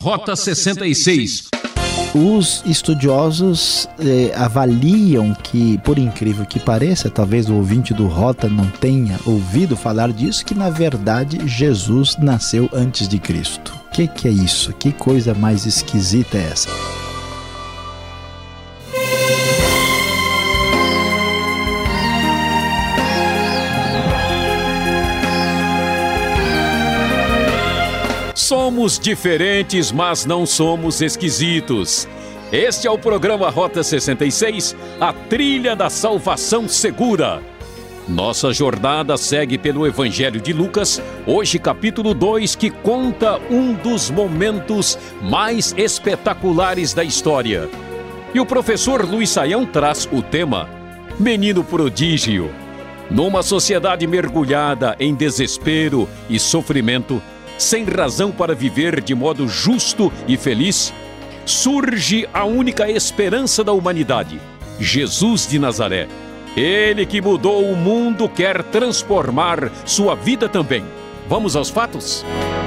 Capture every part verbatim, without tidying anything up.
Rota sessenta e seis. Os estudiosos eh, avaliam que, por incrível que pareça, talvez o ouvinte do Rota não tenha ouvido falar disso, que na verdade Jesus nasceu antes de Cristo. O que, que é isso? Que coisa mais esquisita é essa? Somos diferentes, mas não somos esquisitos. Este é o programa Rota sessenta e seis, a trilha da salvação segura. Nossa jornada segue pelo Evangelho de Lucas, hoje capítulo dois, que conta um dos momentos mais espetaculares da história. E o professor Luiz Saião traz o tema Menino Prodígio. Numa sociedade mergulhada em desespero e sofrimento, sem razão para viver de modo justo e feliz, surge a única esperança da humanidade, Jesus de Nazaré. Ele que mudou o mundo quer transformar sua vida também. Vamos aos fatos?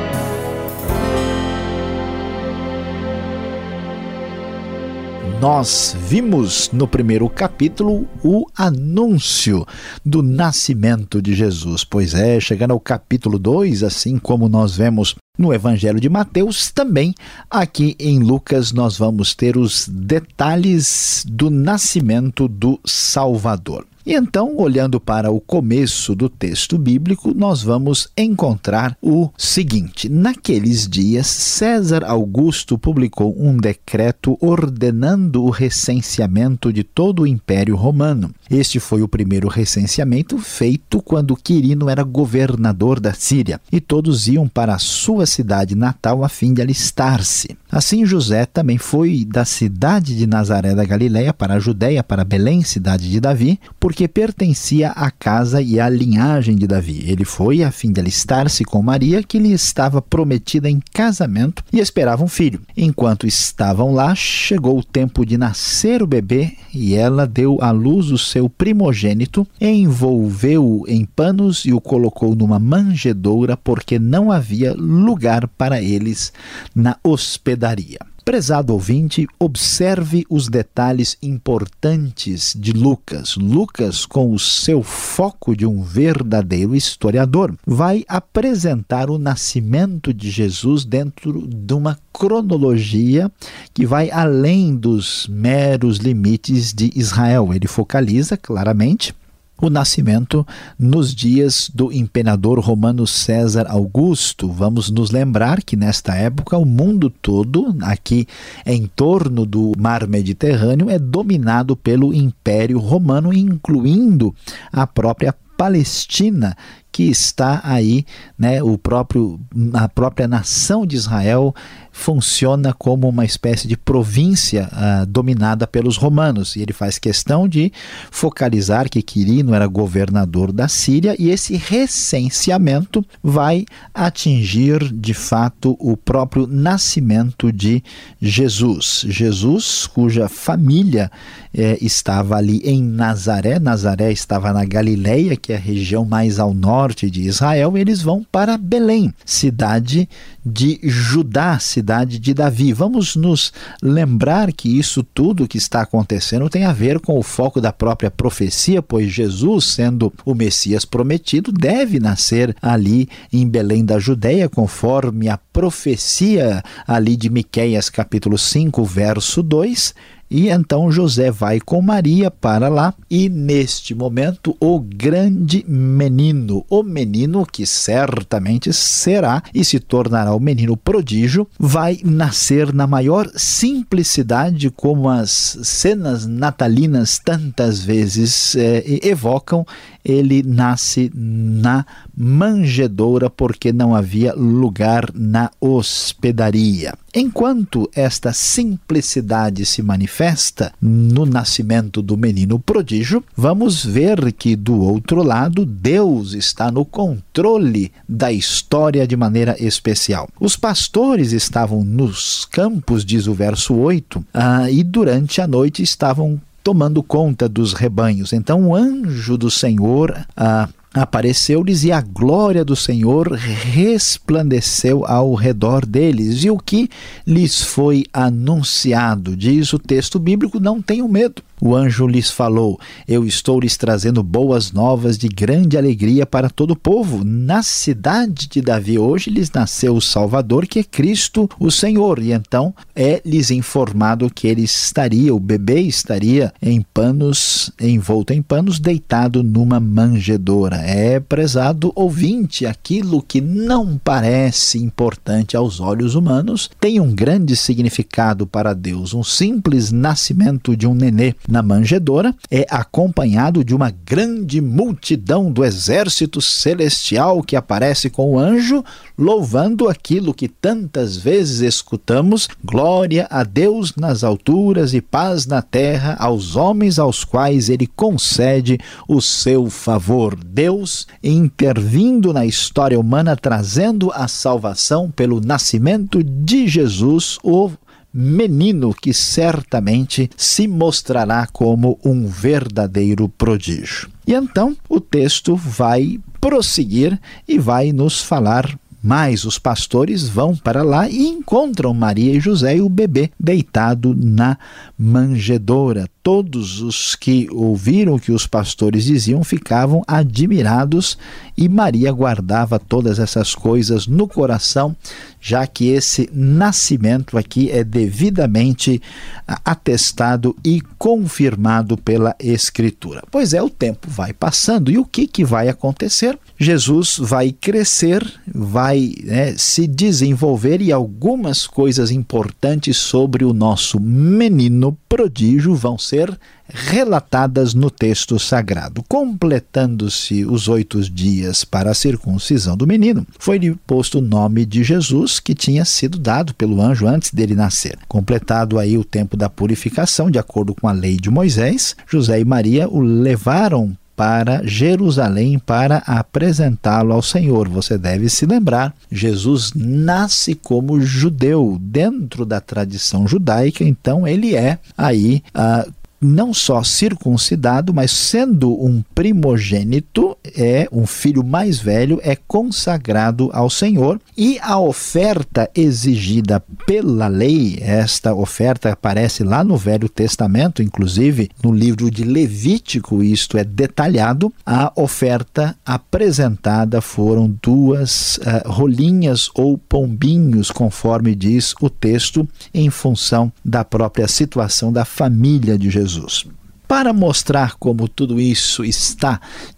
Nós vimos no primeiro capítulo o anúncio do nascimento de Jesus. Pois é, chegando ao capítulo dois, assim como nós vemos no Evangelho de Mateus, também aqui em Lucas nós vamos ter os detalhes do nascimento do Salvador. E então, olhando para o começo do texto bíblico, nós vamos encontrar o seguinte: naqueles dias, César Augusto publicou um decreto ordenando o recenseamento de todo o Império Romano. Este foi o primeiro recenseamento feito quando Quirino era governador da Síria, e todos iam para a sua cidade natal a fim de alistar-se. Assim, José também foi da cidade de Nazaré da Galileia para a Judéia, para Belém, cidade de Davi, porque pertencia à casa e à linhagem de Davi. Ele foi a fim de alistar-se com Maria, que lhe estava prometida em casamento e esperava um filho. Enquanto estavam lá, chegou o tempo de nascer o bebê e ela deu à luz o seu primogênito, envolveu-o em panos e o colocou numa manjedoura, porque não havia lugar para eles na hospedaria. Prezado ouvinte, observe os detalhes importantes de Lucas. Lucas, com o seu foco de um verdadeiro historiador, vai apresentar o nascimento de Jesus dentro de uma cronologia que vai além dos meros limites de Israel. Ele focaliza claramente o nascimento nos dias do imperador romano César Augusto. Vamos nos lembrar que nesta época o mundo todo, aqui em torno do mar Mediterrâneo, é dominado pelo Império Romano, incluindo a própria Palestina, que está aí, né, o próprio, a própria nação de Israel funciona como uma espécie de província uh, dominada pelos romanos. E ele faz questão de focalizar que Quirino era governador da Síria, e esse recenseamento vai atingir, de fato, o próprio nascimento de Jesus. Jesus, cuja família eh, estava ali em Nazaré. Nazaré estava na Galileia, que é a região mais ao norte de Israel. Eles vão para Belém, cidade de Judá, cidade de Davi. Vamos nos lembrar que isso tudo que está acontecendo tem a ver com o foco da própria profecia, pois Jesus, sendo o Messias prometido, deve nascer ali em Belém da Judéia, conforme a profecia ali de Miqueias capítulo cinco, verso dois. E então José vai com Maria para lá, e neste momento o grande menino, o menino que certamente será e se tornará o menino prodígio, vai nascer na maior simplicidade, como as cenas natalinas tantas vezes é, evocam. Ele nasce na manjedoura porque não havia lugar na hospedaria. Enquanto esta simplicidade se manifesta no nascimento do menino prodígio, vamos ver que do outro lado Deus está no controle da história de maneira especial. Os pastores estavam nos campos, diz o verso oito, ah, e durante a noite estavam tomando conta dos rebanhos. Então o anjo do Senhor ah, apareceu-lhes e a glória do Senhor resplandeceu ao redor deles. E o que lhes foi anunciado? Diz o texto bíblico: não tenham medo. O anjo lhes falou: eu estou lhes trazendo boas novas de grande alegria para todo o povo. Na cidade de Davi hoje lhes nasceu o Salvador, que é Cristo o Senhor. E então é lhes informado que ele estaria, o bebê estaria em panos, envolto em panos, deitado numa manjedoura. É, prezado ouvinte, aquilo que não parece importante aos olhos humanos tem um grande significado para Deus. Um simples nascimento de um nenê na manjedoura é acompanhado de uma grande multidão do exército celestial que aparece com o anjo, louvando aquilo que tantas vezes escutamos: glória a Deus nas alturas e paz na terra aos homens aos quais ele concede o seu favor. Deus intervindo na história humana, trazendo a salvação pelo nascimento de Jesus, o menino que certamente se mostrará como um verdadeiro prodígio. E então o texto vai prosseguir e vai nos falar mais. Os pastores vão para lá e encontram Maria e José e o bebê deitado na manjedoura. Todos os que ouviram o que os pastores diziam ficavam admirados, e Maria guardava todas essas coisas no coração, já que esse nascimento aqui é devidamente atestado e confirmado pela Escritura. Pois é, o tempo vai passando e o que, que vai acontecer? Jesus vai crescer, vai né, se desenvolver, e algumas coisas importantes sobre o nosso menino prodígio vão ser relatadas no texto sagrado. Completando-se os oito dias para a circuncisão do menino, foi-lhe posto o nome de Jesus, que tinha sido dado pelo anjo antes dele nascer. Completado aí o tempo da purificação, de acordo com a lei de Moisés, José e Maria o levaram para Jerusalém para apresentá-lo ao Senhor. Você deve se lembrar, Jesus nasce como judeu dentro da tradição judaica, então ele é aí uh, não só circuncidado, mas sendo um primogênito, é um filho mais velho, é consagrado ao Senhor, e a oferta exigida pela lei, esta oferta aparece lá no Velho Testamento, inclusive no livro de Levítico, isto é detalhado. A oferta apresentada foram duas uh, rolinhas ou pombinhos, conforme diz o texto, em função da própria situação da família de Jesus. Para mostrar como tudo isso está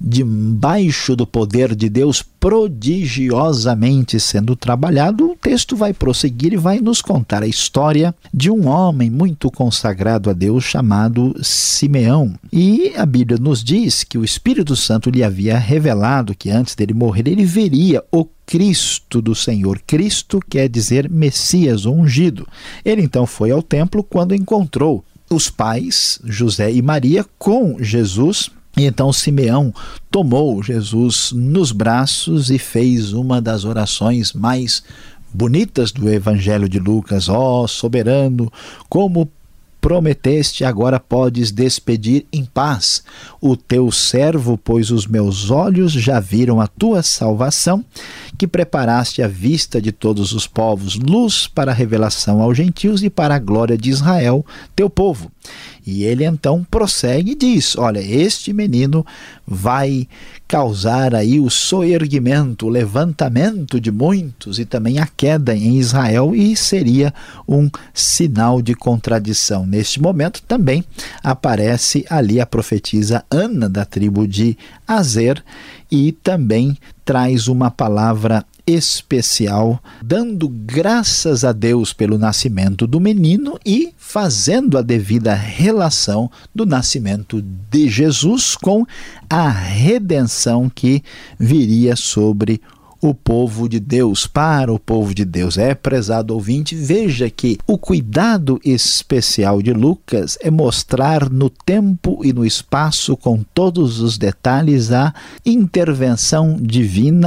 debaixo do poder de Deus, prodigiosamente sendo trabalhado, o texto vai prosseguir e vai nos contar a história de um homem muito consagrado a Deus chamado Simeão. E a Bíblia nos diz que o Espírito Santo lhe havia revelado que antes dele morrer ele veria o Cristo do Senhor. Cristo quer dizer Messias, o ungido. Ele então foi ao templo quando encontrou os pais, José e Maria, com Jesus. E então Simeão tomou Jesus nos braços e fez uma das orações mais bonitas do Evangelho de Lucas: ó soberano, como prometeste, agora podes despedir em paz o teu servo, pois os meus olhos já viram a tua salvação, que preparaste à vista de todos os povos, luz para a revelação aos gentios e para a glória de Israel, teu povo. E ele então prossegue e diz: olha, este menino vai causar aí o soerguimento, o levantamento de muitos e também a queda em Israel, e seria um sinal de contradição. Neste momento também aparece ali a profetisa Ana, da tribo de Aser, e também traz uma palavra especial, dando graças a Deus pelo nascimento do menino e fazendo a devida relação do nascimento de Jesus com a redenção que viria sobre o povo de Deus, para o povo de Deus. É, prezado ouvinte, veja que o cuidado especial de Lucas é mostrar no tempo e no espaço, com todos os detalhes, a intervenção divina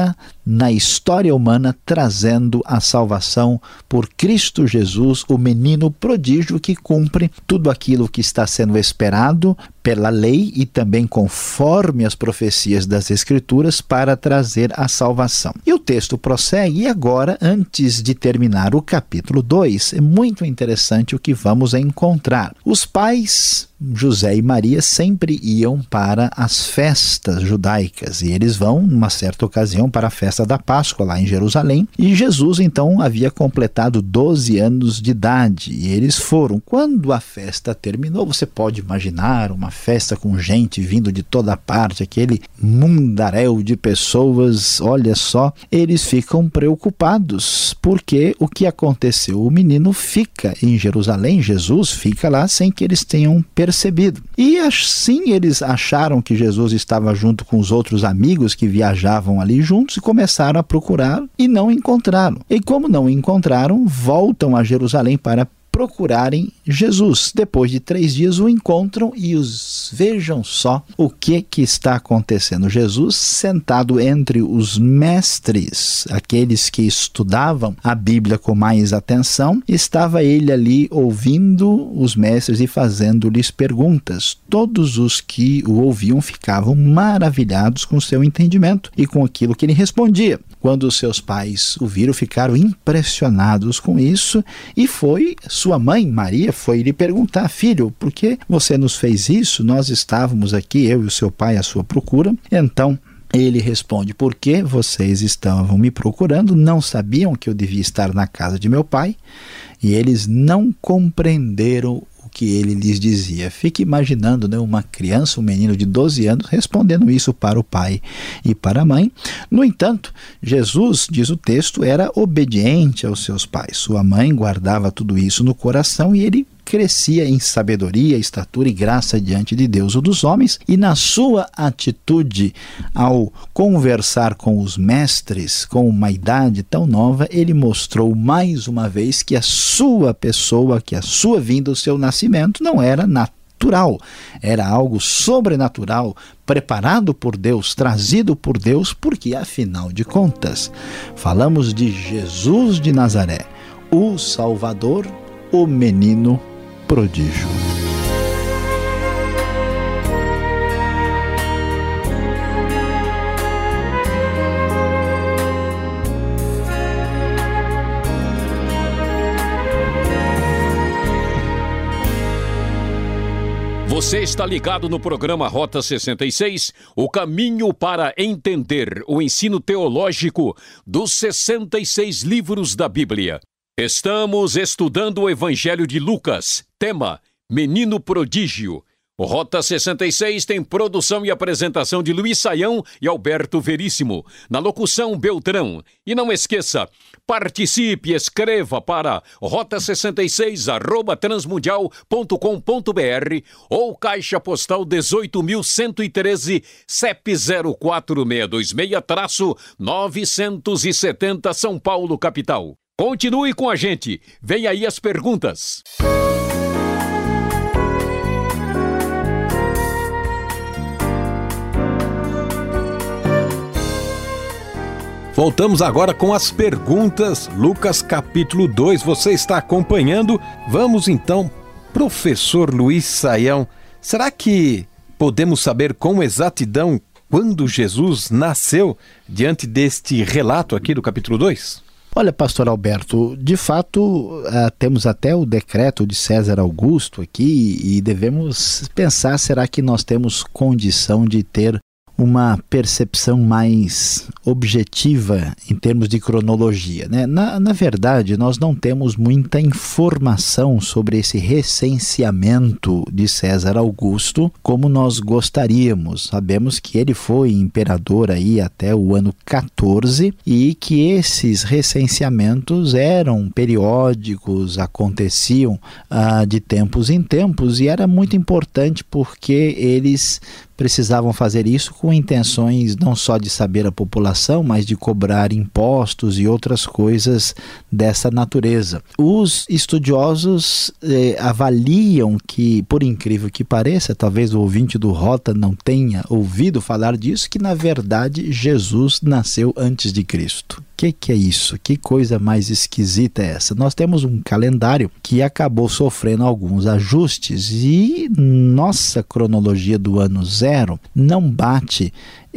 na história humana, trazendo a salvação por Cristo Jesus, o menino prodígio que cumpre tudo aquilo que está sendo esperado pela lei e também conforme as profecias das Escrituras para trazer a salvação. E o texto prossegue, e agora, antes de terminar o capítulo dois, é muito interessante o que vamos encontrar. Os pais, José e Maria, sempre iam para as festas judaicas, e eles vão, numa certa ocasião, para a festa da Páscoa, lá em Jerusalém, e Jesus, então, havia completado doze anos de idade, e eles foram. Quando a festa terminou, você pode imaginar uma festa com gente vindo de toda parte, aquele mundaréu de pessoas, olha só, eles ficam preocupados, porque o que aconteceu? O menino fica em Jerusalém, Jesus fica lá sem que eles tenham percebido. E assim eles acharam que Jesus estava junto com os outros amigos que viajavam ali juntos e começaram a procurar e não encontraram. E como não encontraram, voltam a Jerusalém para procurarem Jesus. Depois de três dias o encontram e os vejam só o que que está acontecendo. Jesus sentado entre os mestres, aqueles que estudavam a Bíblia com mais atenção, estava ele ali ouvindo os mestres e fazendo-lhes perguntas. Todos os que o ouviam ficavam maravilhados com seu entendimento e com aquilo que ele respondia. Quando os seus pais o viram, ficaram impressionados com isso, e foi sua mãe, Maria, foi lhe perguntar: filho, por que você nos fez isso? Nós estávamos aqui, eu e o seu pai, à sua procura. Então ele responde: porque vocês estavam me procurando, não sabiam que eu devia estar na casa de meu pai, e eles não compreenderam que ele lhes dizia. Fique imaginando, né, uma criança, um menino de doze anos, respondendo isso para o pai e para a mãe. No entanto, Jesus, diz o texto, era obediente aos seus pais. Sua mãe guardava tudo isso no coração e ele crescia em sabedoria, estatura e graça diante de Deus ou dos homens, e na sua atitude ao conversar com os mestres com uma idade tão nova, ele mostrou mais uma vez que a sua pessoa, que a sua vinda, o seu nascimento não era natural, era algo sobrenatural, preparado por Deus, trazido por Deus, porque afinal de contas, falamos de Jesus de Nazaré, o Salvador, o menino prodígio. Você está ligado no programa Rota sessenta e seis, o caminho para entender o ensino teológico dos sessenta e seis livros da Bíblia. Estamos estudando o Evangelho de Lucas, tema Menino Prodígio. O Rota sessenta e seis tem produção e apresentação de Luiz Saião e Alberto Veríssimo, na locução Beltrão. E não esqueça, participe, escreva para rota sessenta e seis arroba transmundial ponto com ponto br ou caixa postal dezoito mil cento e treze, C E P zero quatro seis dois seis novecentos e setenta, São Paulo, capital. Continue com a gente. Vem aí as perguntas. Voltamos agora com as perguntas. Lucas capítulo dois, você está acompanhando? Vamos então, professor Luiz Saião, será que podemos saber com exatidão quando Jesus nasceu diante deste relato aqui do capítulo dois? Olha, pastor Alberto, de fato, uh, temos até o decreto de César Augusto aqui e devemos pensar, será que nós temos condição de ter uma percepção mais objetiva em termos de cronologia, né? Na, na verdade, nós não temos muita informação sobre esse recenseamento de César Augusto como nós gostaríamos. Sabemos que ele foi imperador aí até o ano quatorze e que esses recenseamentos eram periódicos, aconteciam ah, de tempos em tempos, e era muito importante porque eles precisavam fazer isso com intenções não só de saber a população, mas de cobrar impostos e outras coisas dessa natureza. Os estudiosos eh, avaliam que, por incrível que pareça, talvez o ouvinte do Rota não tenha ouvido falar disso, que na verdade Jesus nasceu antes de Cristo. O que, que é isso? Que coisa mais esquisita é essa? Nós temos um calendário que acabou sofrendo alguns ajustes e nossa cronologia do ano zero não bate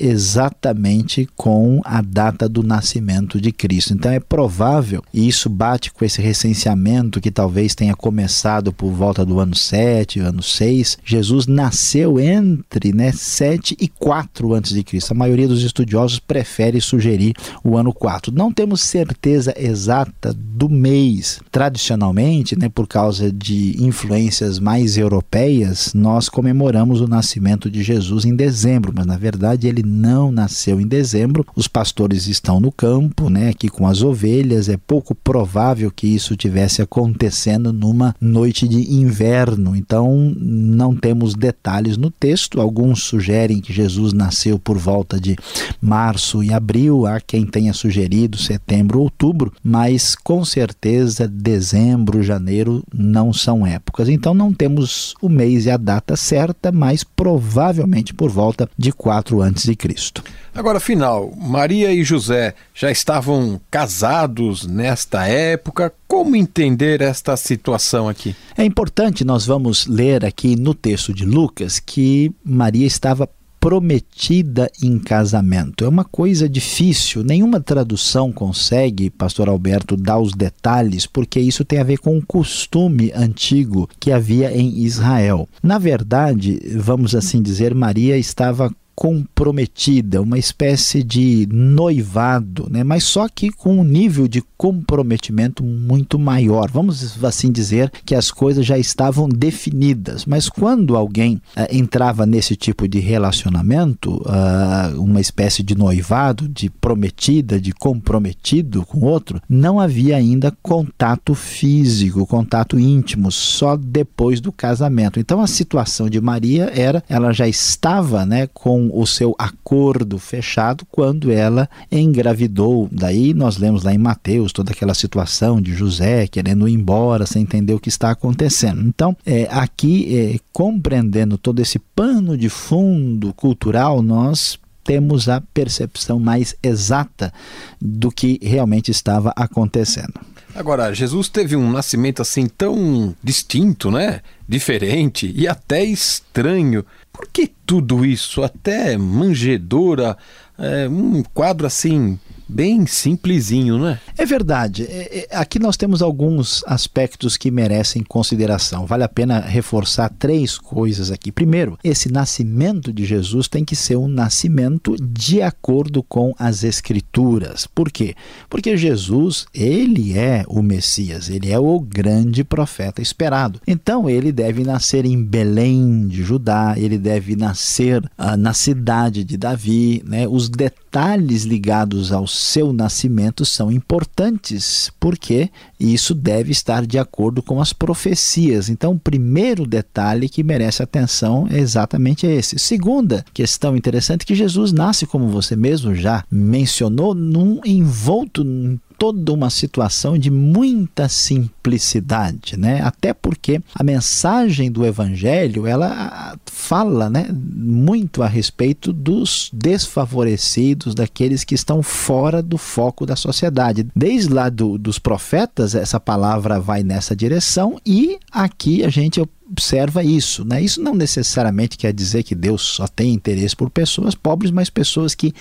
exatamente com a data do nascimento de Cristo. Então é provável, e isso bate com esse recenseamento que talvez tenha começado por volta do ano sete, ano seis. Jesus nasceu entre né, sete e quatro antes de Cristo. A maioria dos estudiosos prefere sugerir o ano quatro. Não temos certeza exata do mês. Tradicionalmente, né, por causa de influências mais europeias, nós comemoramos o nascimento de Jesus em dezembro, mas na verdade ele não nasceu em dezembro. Os pastores estão no campo, né, aqui com as ovelhas. É pouco provável que isso tivesse acontecendo numa noite de inverno. Então não temos detalhes no texto. Alguns sugerem que Jesus nasceu por volta de março e abril. Há quem tenha sugerido setembro, outubro, mas com certeza dezembro, janeiro não são épocas. Então não temos o mês e a data certa, mas provavelmente por volta de quatro antes de Cristo. Agora, afinal, Maria e José já estavam casados nesta época? Como entender esta situação aqui? É importante, nós vamos ler aqui no texto de Lucas que Maria estava prometida em casamento. É uma coisa difícil, nenhuma tradução consegue, pastor Alberto, dar os detalhes, porque isso tem a ver com um costume antigo que havia em Israel. Na verdade, vamos assim dizer, Maria estava comprometida, uma espécie de noivado, né? Mas só que com um nível de comprometimento muito maior. Vamos assim dizer que as coisas já estavam definidas, mas quando alguém uh, entrava nesse tipo de relacionamento, uh, uma espécie de noivado, de prometida, de comprometido com outro, não havia ainda contato físico, contato íntimo, só depois do casamento. Então a situação de Maria era, ela já estava, né, com o seu acordo fechado quando ela engravidou. Daí nós lemos lá em Mateus toda aquela situação de José querendo ir embora sem entender o que está acontecendo. Então, é, aqui, é, compreendendo todo esse pano de fundo cultural, nós temos a percepção mais exata do que realmente estava acontecendo. Agora, Jesus teve um nascimento assim tão distinto, né? Diferente e até estranho. Por que tudo isso? Até manjedoura, é, um quadro assim bem simplesinho, né? É verdade. É, é, aqui nós temos alguns aspectos que merecem consideração. Vale a pena reforçar três coisas aqui. Primeiro, esse nascimento de Jesus tem que ser um nascimento de acordo com as Escrituras. Por quê? Porque Jesus, ele é o Messias, ele é o grande profeta esperado. Então, ele deve nascer em Belém de Judá, ele deve nascer ah, na cidade de Davi, né? Os detalhes ligados ao seu nascimento são importantes, porque isso deve estar de acordo com as profecias. Então, o primeiro detalhe que merece atenção é exatamente esse. Segunda questão interessante é que Jesus nasce, como você mesmo já mencionou, num envolto toda uma situação de muita simplicidade, né? Até porque a mensagem do Evangelho, ela fala, né, muito a respeito dos desfavorecidos, daqueles que estão fora do foco da sociedade. Desde lá do, dos profetas, essa palavra vai nessa direção e aqui a gente observa isso, né? Isso não necessariamente quer dizer que Deus só tem interesse por pessoas pobres, mas pessoas que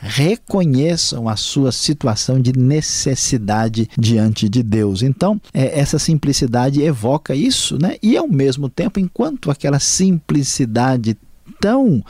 reconheçam a sua situação de necessidade diante de Deus. Então, é, essa simplicidade evoca isso, né? E ao mesmo tempo, enquanto aquela simplicidade tão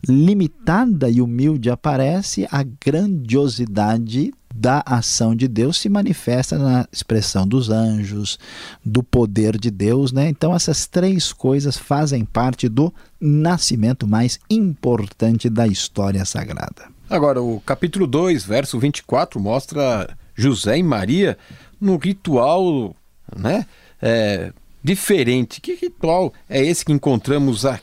limitada e humilde aparece, a grandiosidade da ação de Deus se manifesta na expressão dos anjos, do poder de Deus, né? Então essas três coisas fazem parte do nascimento mais importante da história sagrada. Agora, o capítulo dois, verso vinte e quatro, mostra José e Maria no ritual, né? É, diferente. Que ritual é esse que encontramos aqui?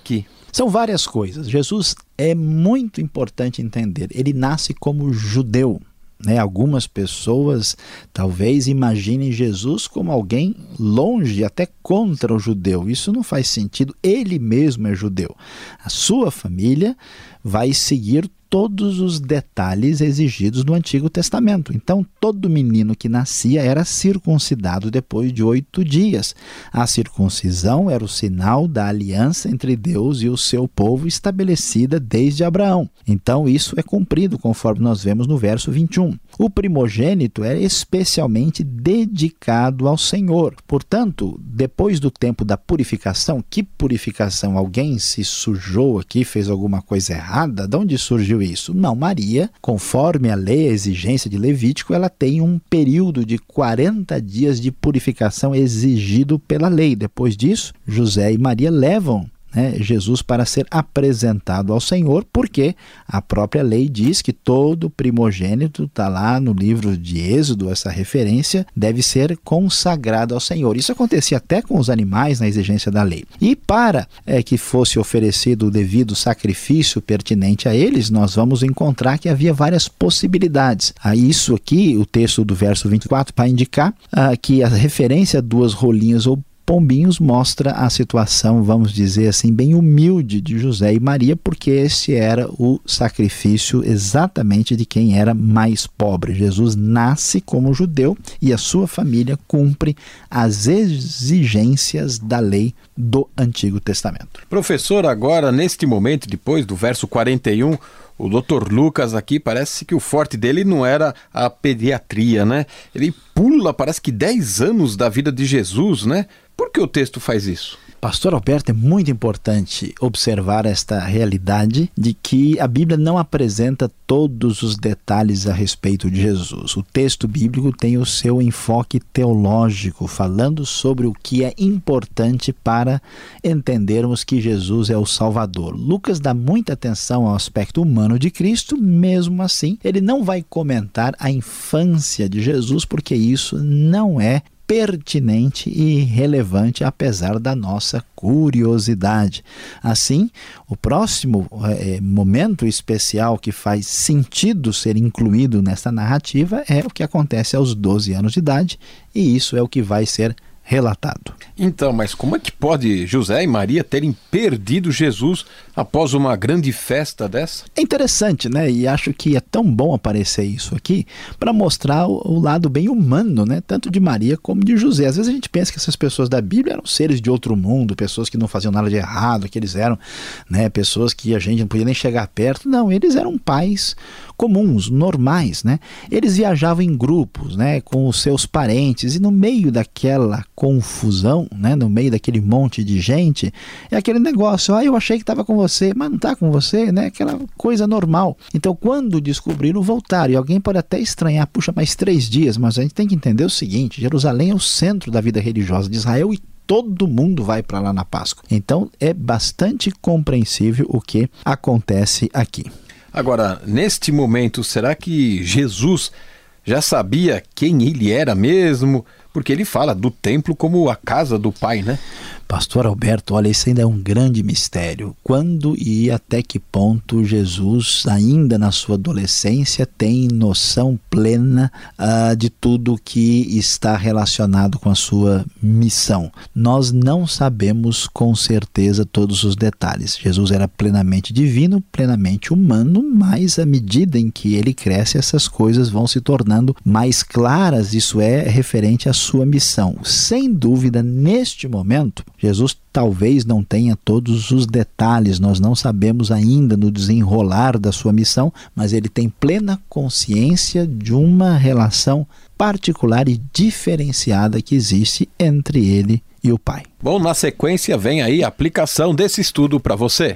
São várias coisas. Jesus é muito importante entender. Ele nasce como judeu. Né? Algumas pessoas talvez imaginem Jesus como alguém longe, até contra o judeu. Isso não faz sentido. Ele mesmo é judeu. A sua família vai seguir todos os detalhes exigidos no Antigo Testamento. Então, todo menino que nascia era circuncidado depois de oito dias. A circuncisão era o sinal da aliança entre Deus e o seu povo estabelecida desde Abraão. Então, isso é cumprido, conforme nós vemos no verso vinte e um. O primogênito é especialmente dedicado ao Senhor. Portanto, depois do tempo da purificação, que purificação? Alguém se sujou aqui, fez alguma coisa errada? De onde surgiu isso? Não, Maria, conforme a lei, a exigência de Levítico, ela tem um período de quarenta dias de purificação exigido pela lei. Depois disso, José e Maria levam Né, Jesus para ser apresentado ao Senhor, porque a própria lei diz que todo primogênito, está lá no livro de Êxodo, essa referência, deve ser consagrado ao Senhor. Isso acontecia até com os animais na exigência da lei. E para é, que fosse oferecido o devido sacrifício pertinente a eles, nós vamos encontrar que havia várias possibilidades. A isso aqui, o texto do verso vinte e quatro, para indicar ah, que a referência a duas rolinhas ou pombinhos mostra a situação, vamos dizer assim, bem humilde de José e Maria, porque esse era o sacrifício exatamente de quem era mais pobre. Jesus nasce como judeu e a sua família cumpre as exigências da lei do Antigo Testamento. Professor, agora, neste momento, depois do verso quarenta e um, o doutor Lucas aqui, parece que o forte dele não era a pediatria, né? Ele pula, parece que dez anos da vida de Jesus, né? Por que o texto faz isso? Pastor Alberto, é muito importante observar esta realidade de que a Bíblia não apresenta todos os detalhes a respeito de Jesus. O texto bíblico tem o seu enfoque teológico, falando sobre o que é importante para entendermos que Jesus é o Salvador. Lucas dá muita atenção ao aspecto humano de Cristo, mesmo assim, ele não vai comentar a infância de Jesus, porque isso não é pertinente e relevante, apesar da nossa curiosidade. Assim, o próximo é, momento especial que faz sentido ser incluído nesta narrativa é o que acontece aos doze anos de idade, e isso é o que vai ser relatado. Então, mas como é que pode José e Maria terem perdido Jesus após uma grande festa dessa? É interessante, né? E acho que é tão bom aparecer isso aqui para mostrar o, o lado bem humano, né? Tanto de Maria como de José. Às vezes a gente pensa que essas pessoas da Bíblia eram seres de outro mundo, pessoas que não faziam nada de errado, que eles eram, né, pessoas que a gente não podia nem chegar perto. Não, eles eram pais comuns, normais, né? Eles viajavam em grupos, né, com os seus parentes, e no meio daquela confusão, né, no meio daquele monte de gente, é aquele negócio, ah, eu achei que estava com você, mas não está com você, né? Aquela coisa normal. Então, quando descobriram, voltaram. E alguém pode até estranhar, puxa, mais três dias, mas a gente tem que entender o seguinte: Jerusalém é o centro da vida religiosa de Israel e todo mundo vai para lá na Páscoa. Então, é bastante compreensível o que acontece aqui. Agora, neste momento, será que Jesus já sabia quem ele era mesmo? Porque ele fala do templo como a casa do Pai, né? Pastor Alberto, olha, isso ainda é um grande mistério. Quando e até que ponto Jesus, ainda na sua adolescência, tem noção plena uh, de tudo que está relacionado com a sua missão? Nós não sabemos com certeza todos os detalhes. Jesus era plenamente divino, plenamente humano, mas à medida em que ele cresce, essas coisas vão se tornando mais claras. Isso é referente à sua missão. Sem dúvida, neste momento, Jesus talvez não tenha todos os detalhes, nós não sabemos ainda no desenrolar da sua missão, mas ele tem plena consciência de uma relação particular e diferenciada que existe entre ele e o Pai. Bom, na sequência vem aí a aplicação desse estudo para você.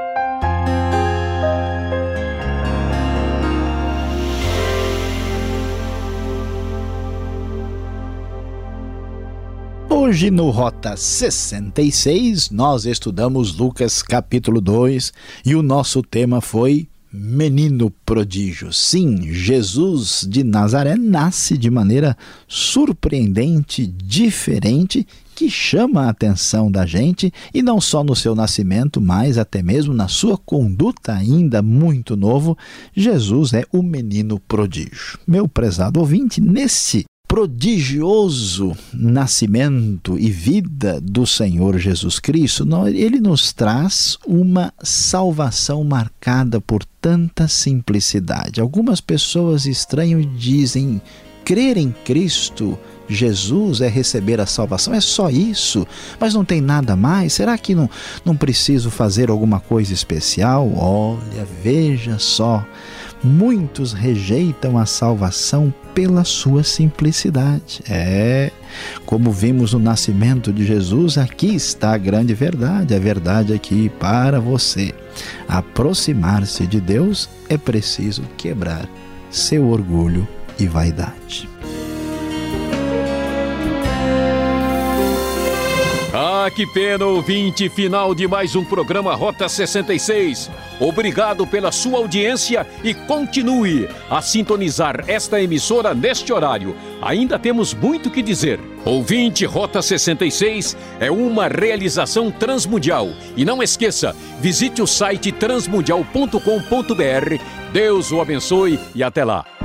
Hoje no Rota sessenta e seis nós estudamos Lucas capítulo dois e o nosso tema foi menino prodígio. Sim, Jesus de Nazaré nasce de maneira surpreendente, diferente, que chama a atenção da gente, e não só no seu nascimento, mas até mesmo na sua conduta ainda muito novo. Jesus é o menino prodígio. Meu prezado ouvinte, nesse prodigioso nascimento e vida do Senhor Jesus Cristo, ele nos traz uma salvação marcada por tanta simplicidade. Algumas pessoas estranham e dizem: crer em Cristo Jesus é receber a salvação, é só isso, mas não tem nada mais? Será que não, não preciso fazer alguma coisa especial? Olha, veja só, muitos rejeitam a salvação pela sua simplicidade. É, como vimos no nascimento de Jesus, aqui está a grande verdade. A verdade é que para você aproximar-se de Deus é preciso quebrar seu orgulho e vaidade. Ah, que pena, ouvinte, final de mais um programa Rota sessenta e seis. Obrigado pela sua audiência e continue a sintonizar esta emissora neste horário. Ainda temos muito que dizer. Ouvinte, Rota sessenta e seis é uma realização transmundial. E não esqueça, visite o site transmundial ponto com ponto br. Deus o abençoe e até lá.